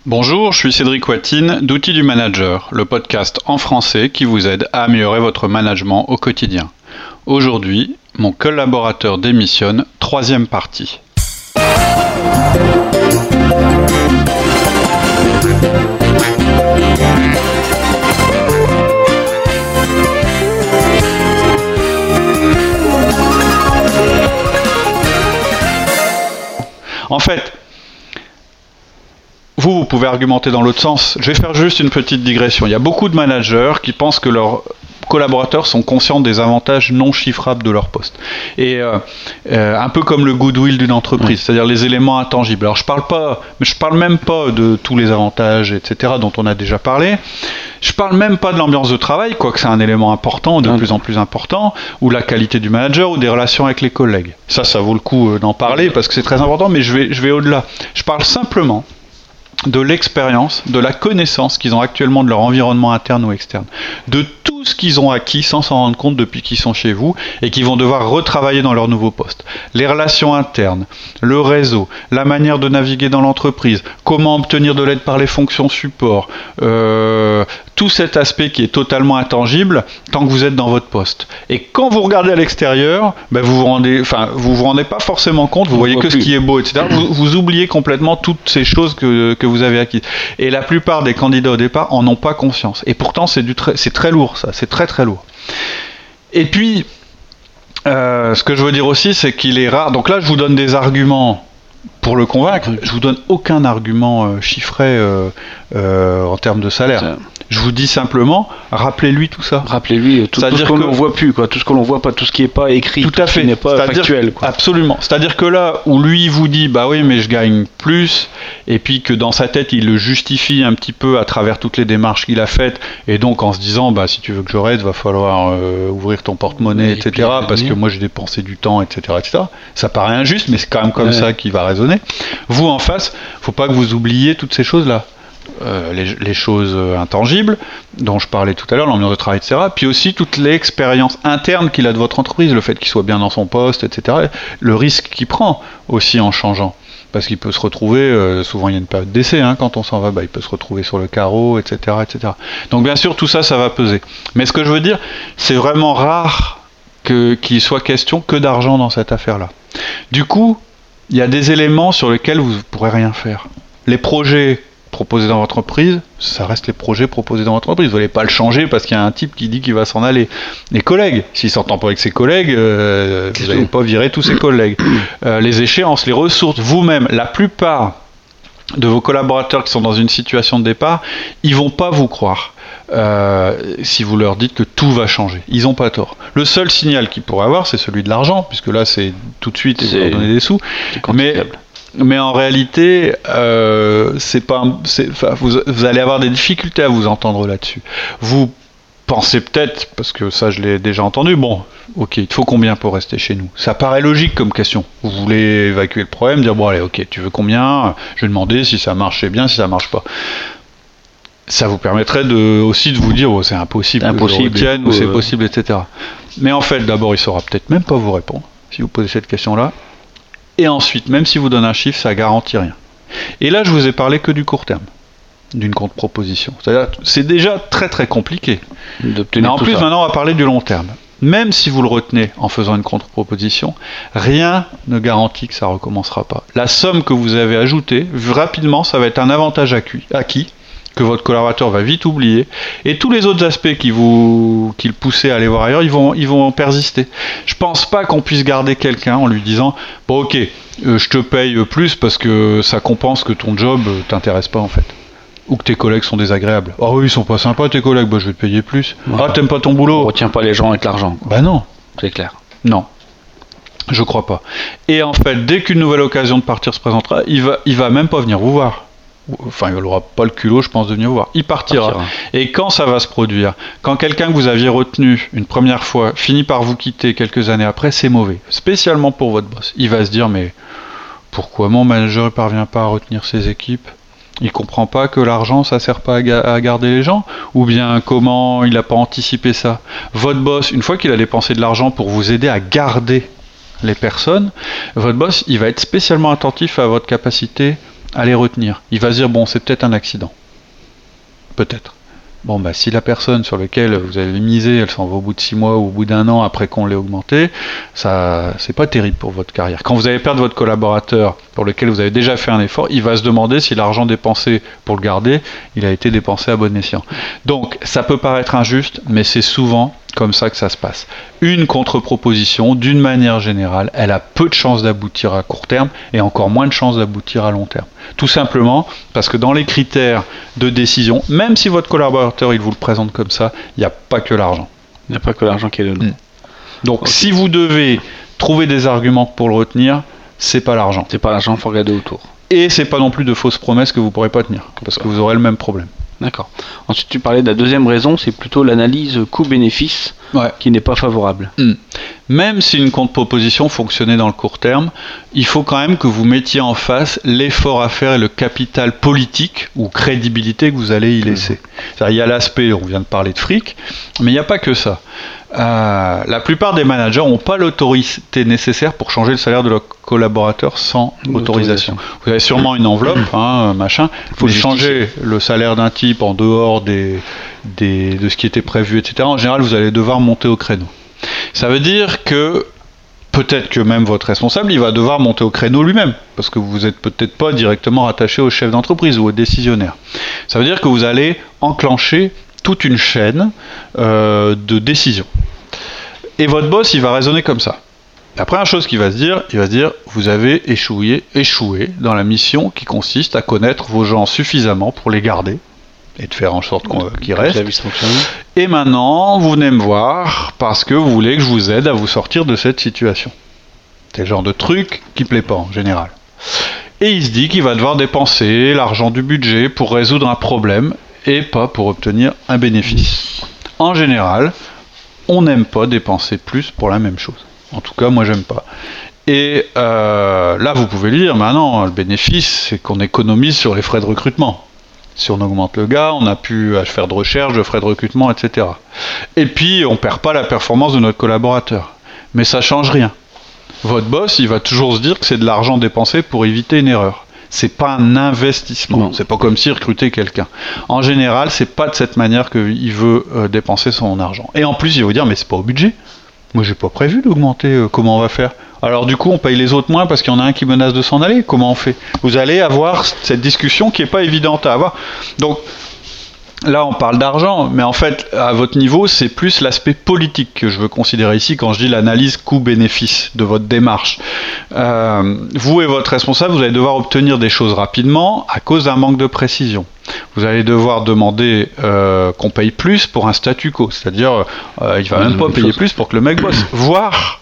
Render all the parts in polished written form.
Bonjour, je suis Cédric Watine d'Outils du Manager, le podcast en français qui vous aide à améliorer votre management au quotidien. Aujourd'hui, mon collaborateur démissionne, 3e partie. En fait, vous pouvez argumenter dans l'autre sens. Je vais faire juste une petite digression. Il y a beaucoup de managers qui pensent que leurs collaborateurs sont conscients des avantages non chiffrables de leur poste. Et un peu comme le goodwill d'une entreprise, c'est-à-dire les éléments intangibles. Alors je parle même pas de tous les avantages, etc., dont on a déjà parlé. Je parle même pas de l'ambiance de travail, quoique c'est un élément important, de plus en plus important, ou la qualité du manager, ou des relations avec les collègues. Ça vaut le coup d'en parler parce que c'est très important, mais je vais au-delà. Je parle simplement de l'expérience, de la connaissance qu'ils ont actuellement de leur environnement interne ou externe, de tout ce qu'ils ont acquis sans s'en rendre compte depuis qu'ils sont chez vous et qu'ils vont devoir retravailler dans leur nouveau poste. Les relations internes, le réseau, la manière de naviguer dans l'entreprise, comment obtenir de l'aide par les fonctions support, tout cet aspect qui est totalement intangible tant que vous êtes dans votre poste. Et quand vous regardez à l'extérieur, vous vous rendez pas forcément compte, vous voyez que ce qui est beau, etc. Vous oubliez complètement toutes ces choses que vous avez acquises. Et la plupart des candidats au départ en ont pas conscience. Et pourtant, c'est très lourd, ça. C'est très très lourd. Et puis, ce que je veux dire aussi, c'est qu'il est rare. Donc là, je vous donne des arguments pour le convaincre. Je vous donne aucun argument chiffré en termes de salaire. Je vous dis simplement, rappelez-lui tout ça. Rappelez-lui tout ce qu'on ne voit plus, quoi. Tout ce que l'on voit pas, tout ce qui n'est pas écrit, tout à fait. Ce qui n'est pas factuel. Quoi. Absolument. C'est-à-dire que là où lui vous dit, bah oui, mais je gagne plus, et puis que dans sa tête il le justifie un petit peu à travers toutes les démarches qu'il a faites, et donc en se disant, bah si tu veux que je reste, va falloir ouvrir ton porte-monnaie, etc. Parce que moi j'ai dépensé du temps, etc., etc. Ça paraît injuste, mais c'est quand même comme ça qu'il va raisonner. Vous en face, faut pas que vous oubliez toutes ces choses-là. Les choses intangibles dont je parlais tout à l'heure, l'ambiance de travail, etc. Puis aussi toute l'expérience interne qu'il a de votre entreprise, le fait qu'il soit bien dans son poste, etc. Le risque qu'il prend aussi en changeant. Parce qu'il peut se retrouver, souvent il y a une période d'essai, quand on s'en va, il peut se retrouver sur le carreau, etc., etc. Donc bien sûr, tout ça va peser. Mais ce que je veux dire, c'est vraiment rare qu'il soit question que d'argent dans cette affaire-là. Du coup, il y a des éléments sur lesquels vous ne pourrez rien faire. Les projets proposés dans votre entreprise, ça reste les projets proposés dans votre entreprise. Vous n'allez pas le changer parce qu'il y a un type qui dit qu'il va s'en aller. Les collègues, s'il ne s'entend pas avec ses collègues, vous n'allez pas virer tous ses collègues. Les échéances, les ressources, vous-même, la plupart de vos collaborateurs qui sont dans une situation de départ, ils ne vont pas vous croire. Si vous leur dites que tout va changer. Ils n'ont pas tort. Le seul signal qu'ils pourraient avoir, c'est celui de l'argent, puisque là, c'est tout de suite, et vous leur donnez des sous. Mais en réalité, vous allez avoir des difficultés à vous entendre là-dessus. Vous pensez peut-être, parce que ça je l'ai déjà entendu, bon, ok, il te faut combien pour rester chez nous? Ça paraît logique comme question. Vous voulez évacuer le problème, dire bon allez, ok, tu veux combien? Je vais demander si ça marche, c'est bien, si ça marche pas. Ça vous permettrait aussi de vous dire c'est impossible, que je retienne, ou c'est possible, etc. Mais en fait, d'abord, il saura peut-être même pas vous répondre si vous posez cette question-là. Et ensuite, même si vous donne un chiffre, ça garantit rien. Et là, je vous ai parlé que du court terme, d'une contre-proposition. C'est-à-dire, c'est déjà très très compliqué. Mais en plus, maintenant, on va parler du long terme. Même si vous le retenez en faisant une contre-proposition, rien ne garantit que ça ne recommencera pas. La somme que vous avez ajoutée, rapidement, ça va être un avantage acquis, que votre collaborateur va vite oublier, et tous les autres aspects qui le poussaient à aller voir ailleurs, ils vont persister. Je pense pas qu'on puisse garder quelqu'un en lui disant bon ok, je te paye plus parce que ça compense que ton job t'intéresse pas en fait, ou que tes collègues sont désagréables. Ah oui, ils sont pas sympas tes collègues, je vais te payer plus. Ah, t'aimes pas ton boulot. On retient pas les gens avec l'argent. Bah non, c'est clair. Non. Je crois pas. Et en fait, dès qu'une nouvelle occasion de partir se présentera, il va même pas venir vous voir. Enfin, il n'aura pas le culot, je pense, de venir vous voir. Il partira. Et quand ça va se produire, quand quelqu'un que vous aviez retenu une première fois finit par vous quitter quelques années après, c'est mauvais. Spécialement pour votre boss. Il va se dire, mais pourquoi mon manager ne parvient pas à retenir ses équipes? Il comprend pas que l'argent, ça sert pas à garder les gens? Ou bien comment il n'a pas anticipé ça? Votre boss, une fois qu'il a dépensé de l'argent pour vous aider à garder les personnes, votre boss, il va être spécialement attentif à votre capacité allez retenir. Il va se dire, bon, c'est peut-être un accident. Peut-être. Bon, bah, si la personne sur laquelle vous avez misé, elle s'en va au bout de 6 mois ou au bout d'1 an après qu'on l'ait augmenté, ça, c'est pas terrible pour votre carrière. Quand vous allez perdre votre collaborateur pour lequel vous avez déjà fait un effort, il va se demander si l'argent dépensé pour le garder, il a été dépensé à bon escient. Donc, ça peut paraître injuste, mais c'est souvent comme ça que ça se passe. Une contre-proposition, d'une manière générale, elle a peu de chances d'aboutir à court terme et encore moins de chances d'aboutir à long terme. Tout simplement parce que dans les critères de décision, même si votre collaborateur il vous le présente comme ça, il n'y a pas que l'argent. Il n'y a pas que l'argent qui est dedans. Donc si vous devez trouver des arguments pour le retenir, c'est pas l'argent. C'est pas l'argent, il faut regarder autour. Et c'est pas non plus de fausses promesses que vous ne pourrez pas tenir, parce que vous aurez le même problème. D'accord. Ensuite, tu parlais de la deuxième raison, c'est plutôt l'analyse coût-bénéfice qui n'est pas favorable. Même si une contre-proposition fonctionnait dans le court terme, il faut quand même que vous mettiez en face l'effort à faire et le capital politique ou crédibilité que vous allez y laisser. C'est-à-dire, il y a l'aspect, on vient de parler de fric, mais il n'y a pas que ça. La plupart des managers n'ont pas l'autorité nécessaire pour changer le salaire de leurs collaborateurs sans autorisation. Vous avez sûrement une enveloppe, machin. Il faut changer le salaire d'un type en dehors de ce qui était prévu, etc. En général, vous allez devoir monter au créneau. Ça veut dire que peut-être que même votre responsable, il va devoir monter au créneau lui-même, parce que vous n'êtes peut-être pas directement rattaché au chef d'entreprise ou au décisionnaire. Ça veut dire que vous allez enclencher toute une chaîne de décisions. Et votre boss, il va raisonner comme ça. La première chose qu'il va se dire, il va se dire, vous avez échoué dans la mission qui consiste à connaître vos gens suffisamment pour les garder et de faire en sorte qu'ils restent. Et maintenant, vous venez me voir parce que vous voulez que je vous aide à vous sortir de cette situation. C'est le genre de truc qui plaît pas en général. Et il se dit qu'il va devoir dépenser l'argent du budget pour résoudre un problème et pas pour obtenir un bénéfice. En général, on n'aime pas dépenser plus pour la même chose. En tout cas, moi, j'aime pas. Et là, vous pouvez lui dire, non, le bénéfice, c'est qu'on économise sur les frais de recrutement. Si on augmente le gars, on n'a plus à faire de recherche, de frais de recrutement, etc. Et puis, on ne perd pas la performance de notre collaborateur. Mais ça ne change rien. Votre boss, il va toujours se dire que c'est de l'argent dépensé pour éviter une erreur. C'est pas un investissement. Non. C'est pas comme si recruter quelqu'un. En général, c'est pas de cette manière qu'il veut dépenser son argent. Et en plus, il va vous dire, mais c'est pas au budget. Moi, j'ai pas prévu d'augmenter. Comment on va faire ? Alors du coup, on paye les autres moins parce qu'il y en a un qui menace de s'en aller. Comment on fait ? Vous allez avoir cette discussion qui n'est pas évidente à avoir. Donc là, on parle d'argent, mais en fait, à votre niveau, c'est plus l'aspect politique que je veux considérer ici quand je dis l'analyse coût-bénéfice de votre démarche. Vous et votre responsable, vous allez devoir obtenir des choses rapidement à cause d'un manque de précision. Vous allez devoir demander qu'on paye plus pour un statu quo, c'est-à-dire il va même pas payer plus pour que le mec bosse. Voire,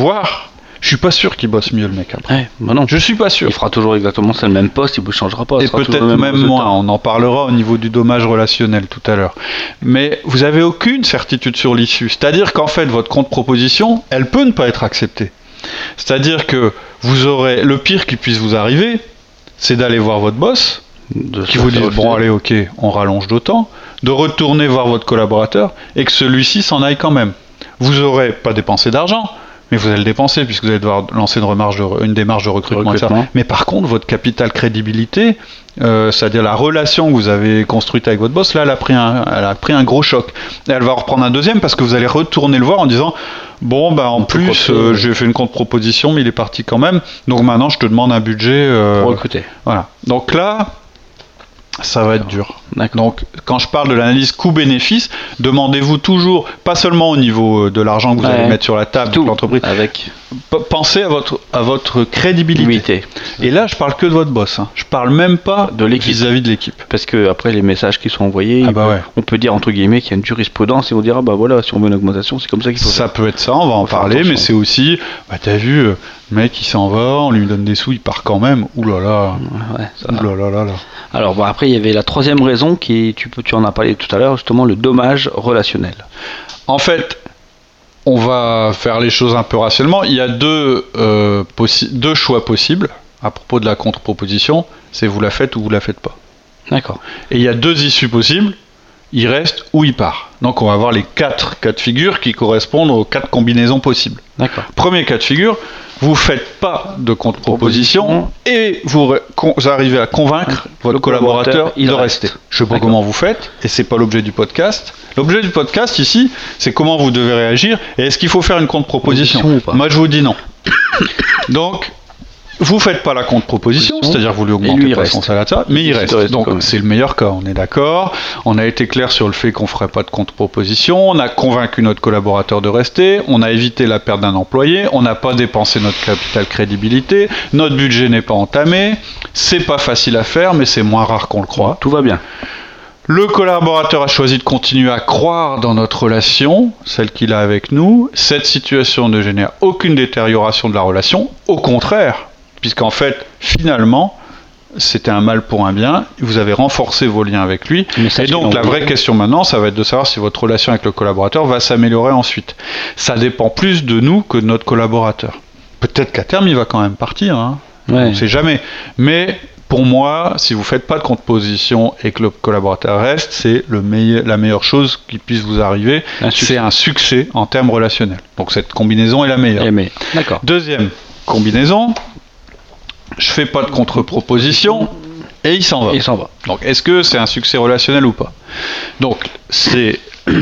je suis pas sûr qu'il bosse mieux le mec après. Non. Je suis pas sûr. Il fera toujours exactement le même poste, il ne changera pas. Et peut-être même moins. On en parlera au niveau du dommage relationnel tout à l'heure. Mais vous n'avez aucune certitude sur l'issue. C'est-à-dire qu'en fait, votre contre-proposition, elle peut ne pas être acceptée. C'est-à-dire que vous aurez le pire qui puisse vous arriver, c'est d'aller voir votre boss, qui vous dit bon allez ok, on rallonge d'autant, de retourner voir votre collaborateur et que celui-ci s'en aille quand même. Vous n'aurez pas dépensé d'argent. Mais vous allez le dépenser puisque vous allez devoir lancer une démarche de recrutement. Mais par contre, votre capital crédibilité, c'est-à-dire la relation que vous avez construite avec votre boss, là, elle a pris un gros choc. Et elle va en reprendre un deuxième parce que vous allez retourner le voir en disant bon, en plus, j'ai fait une contre-proposition, mais il est parti quand même. Donc maintenant, je te demande un budget. Pour recruter. Voilà. Donc là, ça va être dur. Donc, quand je parle de l'analyse coût-bénéfice, demandez-vous toujours, pas seulement au niveau de l'argent que vous allez mettre sur la table de l'entreprise, pensez à votre crédibilité. Et là, je parle que de votre boss. Je parle même pas de l'équipe, vis-à-vis de l'équipe. Parce que après, les messages qui sont envoyés, on peut dire entre guillemets qu'il y a une jurisprudence et on dira voilà, si on veut une augmentation, c'est comme ça qu'il faut faire. Ça peut être ça, on va en parler, mais c'est aussi, t'as vu, le mec il s'en va, on lui donne des sous, il part quand même. Ouh là là. Alors après, il y avait la troisième raison qui, tu en as parlé tout à l'heure, justement le dommage relationnel. En fait, on va faire les choses un peu rationnellement. Il y a deux choix possibles à propos de la contre-proposition, c'est vous la faites ou vous la faites pas. D'accord. Et il y a deux issues possibles, il reste ou il part. Donc on va voir les 4 cas de figure qui correspondent aux 4 combinaisons possibles. D'accord. Premier cas de figure, vous faites pas de contre-proposition et vous arrivez à convaincre votre collaborateur de rester. Je ne sais pas comment vous faites, et c'est pas l'objet du podcast. L'objet du podcast ici, c'est comment vous devez réagir et est-ce qu'il faut faire une contre-proposition. Moi je vous dis non. Donc vous faites pas la contre-proposition, c'est-à-dire que vous lui augmentez pas son salaire, mais il reste. Donc c'est le meilleur cas, on est d'accord. On a été clair sur le fait qu'on ferait pas de contre-proposition, on a convaincu notre collaborateur de rester, on a évité la perte d'un employé, on n'a pas dépensé notre capital crédibilité, notre budget n'est pas entamé, c'est pas facile à faire, mais c'est moins rare qu'on le croit. Tout va bien. Le collaborateur a choisi de continuer à croire dans notre relation, celle qu'il a avec nous. Cette situation ne génère aucune détérioration de la relation, au contraire. Puisqu'en fait, finalement, c'était un mal pour un bien, vous avez renforcé vos liens avec lui, et donc la vraie question maintenant, ça va être de savoir si votre relation avec le collaborateur va s'améliorer ensuite. Ça dépend plus de nous que de notre collaborateur. Peut-être qu'à terme, il va quand même partir, hein. On ne sait jamais. Mais pour moi, si vous ne faites pas de contre-position et que le collaborateur reste, c'est la meilleure chose qui puisse vous arriver. C'est un succès en termes relationnels. Donc cette combinaison est la meilleure. D'accord. Deuxième combinaison, je fais pas de contre-proposition et il s'en va. Donc est-ce que c'est un succès relationnel ou pas? Donc c'est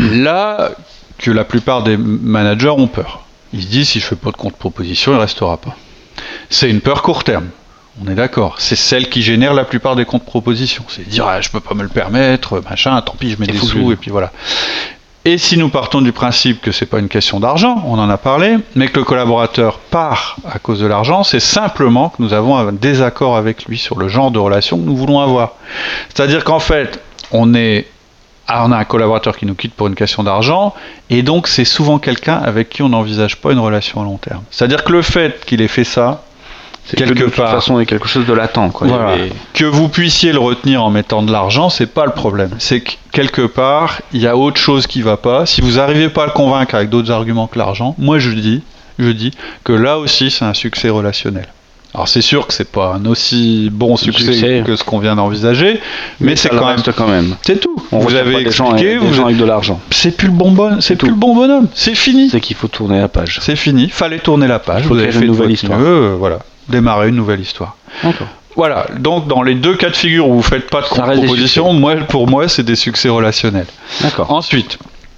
là que la plupart des managers ont peur. Ils se disent si je fais pas de contre-proposition, il restera pas. C'est une peur court terme. On est d'accord. C'est celle qui génère la plupart des contre-propositions. C'est dire je peux pas me le permettre, machin, tant pis, je mets des sous et puis voilà. Et si nous partons du principe que c'est pas une question d'argent, on en a parlé, mais que le collaborateur part à cause de l'argent, c'est simplement que nous avons un désaccord avec lui sur le genre de relation que nous voulons avoir. C'est-à-dire qu'en fait, on a un collaborateur qui nous quitte pour une question d'argent, et donc c'est souvent quelqu'un avec qui on n'envisage pas une relation à long terme. C'est-à-dire que le fait qu'il ait fait ça, quelque part, de toute façon, il y a quelque chose de latent, quoi. Voilà. Que vous puissiez le retenir en mettant de l'argent, c'est pas le problème. C'est que quelque part, il y a autre chose qui va pas. Si vous n'arrivez pas à le convaincre avec d'autres arguments que l'argent, moi je dis que là aussi c'est un succès relationnel. Alors c'est sûr que c'est pas un aussi bon succès que ce qu'on vient d'envisager, mais c'est quand même. C'est tout. Vous avez expliqué, vous gens avec de l'argent. C'est plus le bon bonhomme. C'est fini. C'est qu'il faut tourner la page. C'est fini. Fallait tourner la page. Vous avez fait une nouvelle histoire. Voilà. Démarrer une nouvelle histoire. D'accord. Voilà, donc dans les 2 cas de figure où vous ne faites pas de contre-proposition, pour moi c'est des succès relationnels. D'accord. Ensuite,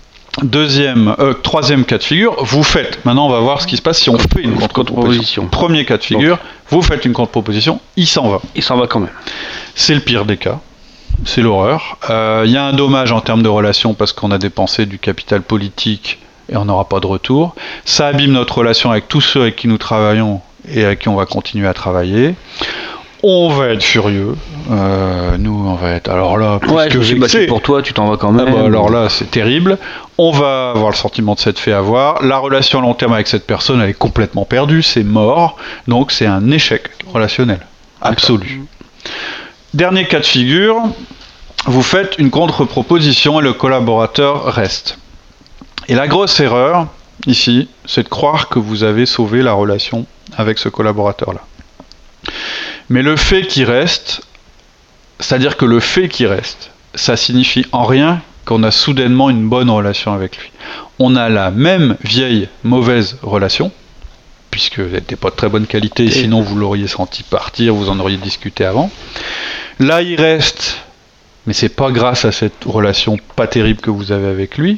troisième cas de figure, vous faites, maintenant on va voir ce qui se passe si on fait une contre-proposition. Premier cas de figure, vous faites une contre-proposition, il s'en va. Il s'en va quand même. C'est le pire des cas. C'est l'horreur. Il y a un dommage en termes de relation parce qu'on a dépensé du capital politique et on n'aura pas de retour. Ça abîme notre relation avec tous ceux avec qui nous travaillons et avec qui on va continuer à travailler. On va être furieux. Nous, on va être... Alors là, plus que je suis battu pour toi, tu t'en vas quand même. Alors là, c'est terrible. On va avoir le sentiment de s'être fait avoir. La relation à long terme avec cette personne, elle est complètement perdue. C'est mort. Donc, c'est un échec relationnel. Absolu. Dernier cas de figure. Vous faites une contre-proposition et le collaborateur reste. Et la grosse erreur, ici, c'est de croire que vous avez sauvé la relation avec ce collaborateur-là. Mais le fait qu'il reste, c'est-à-dire que le fait qu'il reste, ça signifie en rien qu'on a soudainement une bonne relation avec lui. On a la même vieille mauvaise relation, puisque elle n'était pas de très bonne qualité, sinon vous l'auriez senti partir, vous en auriez discuté avant. Là, il reste, mais c'est pas grâce à cette relation pas terrible que vous avez avec lui.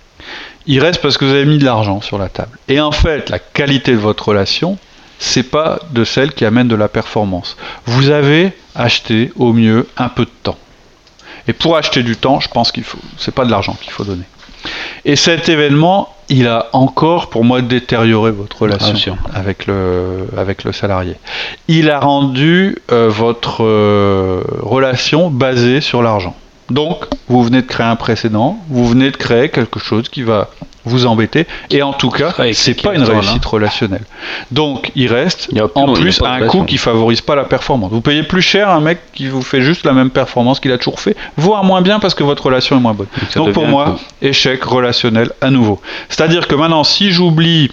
Il reste parce que vous avez mis de l'argent sur la table. Et en fait, la qualité de votre relation, c'est pas de celle qui amène de la performance. Vous avez acheté au mieux un peu de temps. Et pour acheter du temps, je pense c'est pas de l'argent qu'il faut donner. Et cet événement, il a encore, pour moi, détérioré votre relation avec le salarié. Il a rendu votre relation basée sur l'argent. Donc, vous venez de créer un précédent, vous venez de créer quelque chose qui va vous embêter, et en tout cas, c'est pas une réussite relationnelle. Donc, il reste, en plus, un coût qui favorise pas la performance. Vous payez plus cher un mec qui vous fait juste la même performance qu'il a toujours fait, voire moins bien parce que votre relation est moins bonne. Donc pour moi, échec relationnel à nouveau. C'est-à-dire que maintenant, si j'oublie,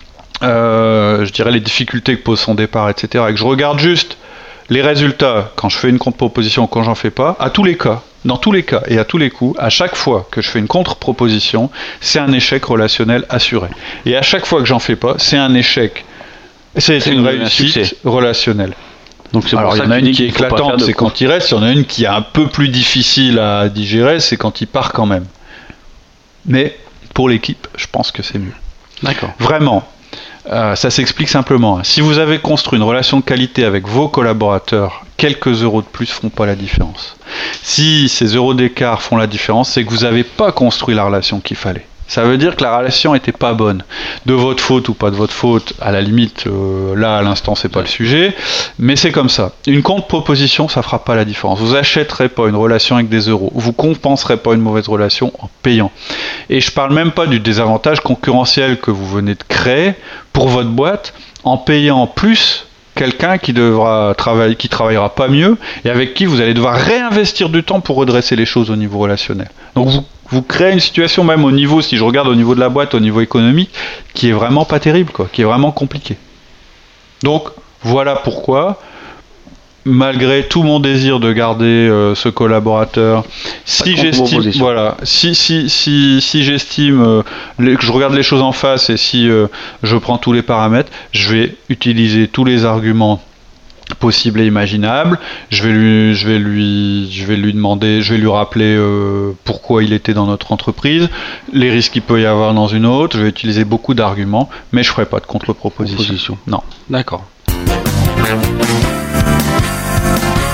je dirais, les difficultés que pose son départ, etc., et que je regarde juste les résultats quand je fais une contre-proposition ou quand j'en fais pas, à tous les cas, dans tous les cas et à tous les coups, à chaque fois que je fais une contre-proposition, c'est un échec relationnel assuré. Et à chaque fois que j'en fais pas, c'est un échec. C'est une réussite relationnelle. Donc c'est alors il y en a une qui est éclatante, c'est quand il reste. Il y en a une qui est un peu plus difficile à digérer, c'est quand il part quand même. Mais pour l'équipe, je pense que c'est mieux. D'accord. Vraiment. Ça s'explique simplement. Si vous avez construit une relation de qualité avec vos collaborateurs, quelques euros de plus ne feront pas la différence. Si ces euros d'écart font la différence, c'est que vous n'avez pas construit la relation qu'il fallait. Ça veut dire que la relation n'était pas bonne. De votre faute ou pas de votre faute, à la limite, là à l'instant c'est pas le sujet, mais c'est comme ça. Une contre-proposition, ça fera pas la différence. Vous achèterez pas une relation avec des euros, vous compenserez pas une mauvaise relation en payant. Et je parle même pas du désavantage concurrentiel que vous venez de créer pour votre boîte en payant plus quelqu'un qui travaillera pas mieux et avec qui vous allez devoir réinvestir du temps pour redresser les choses au niveau relationnel. Donc vous créez une situation même au niveau, si je regarde au niveau de la boîte, au niveau économique, qui est vraiment pas terrible, quoi, qui est vraiment compliqué. Donc voilà pourquoi, malgré tout mon désir de garder ce collaborateur, si j'estime, que je regarde les choses en face et si je prends tous les paramètres, je vais utiliser tous les arguments possible et imaginable. Je vais lui demander, je vais lui rappeler pourquoi il était dans notre entreprise, les risques qu'il peut y avoir dans une autre. Je vais utiliser beaucoup d'arguments, mais je ferai pas de contre-proposition. Non. D'accord.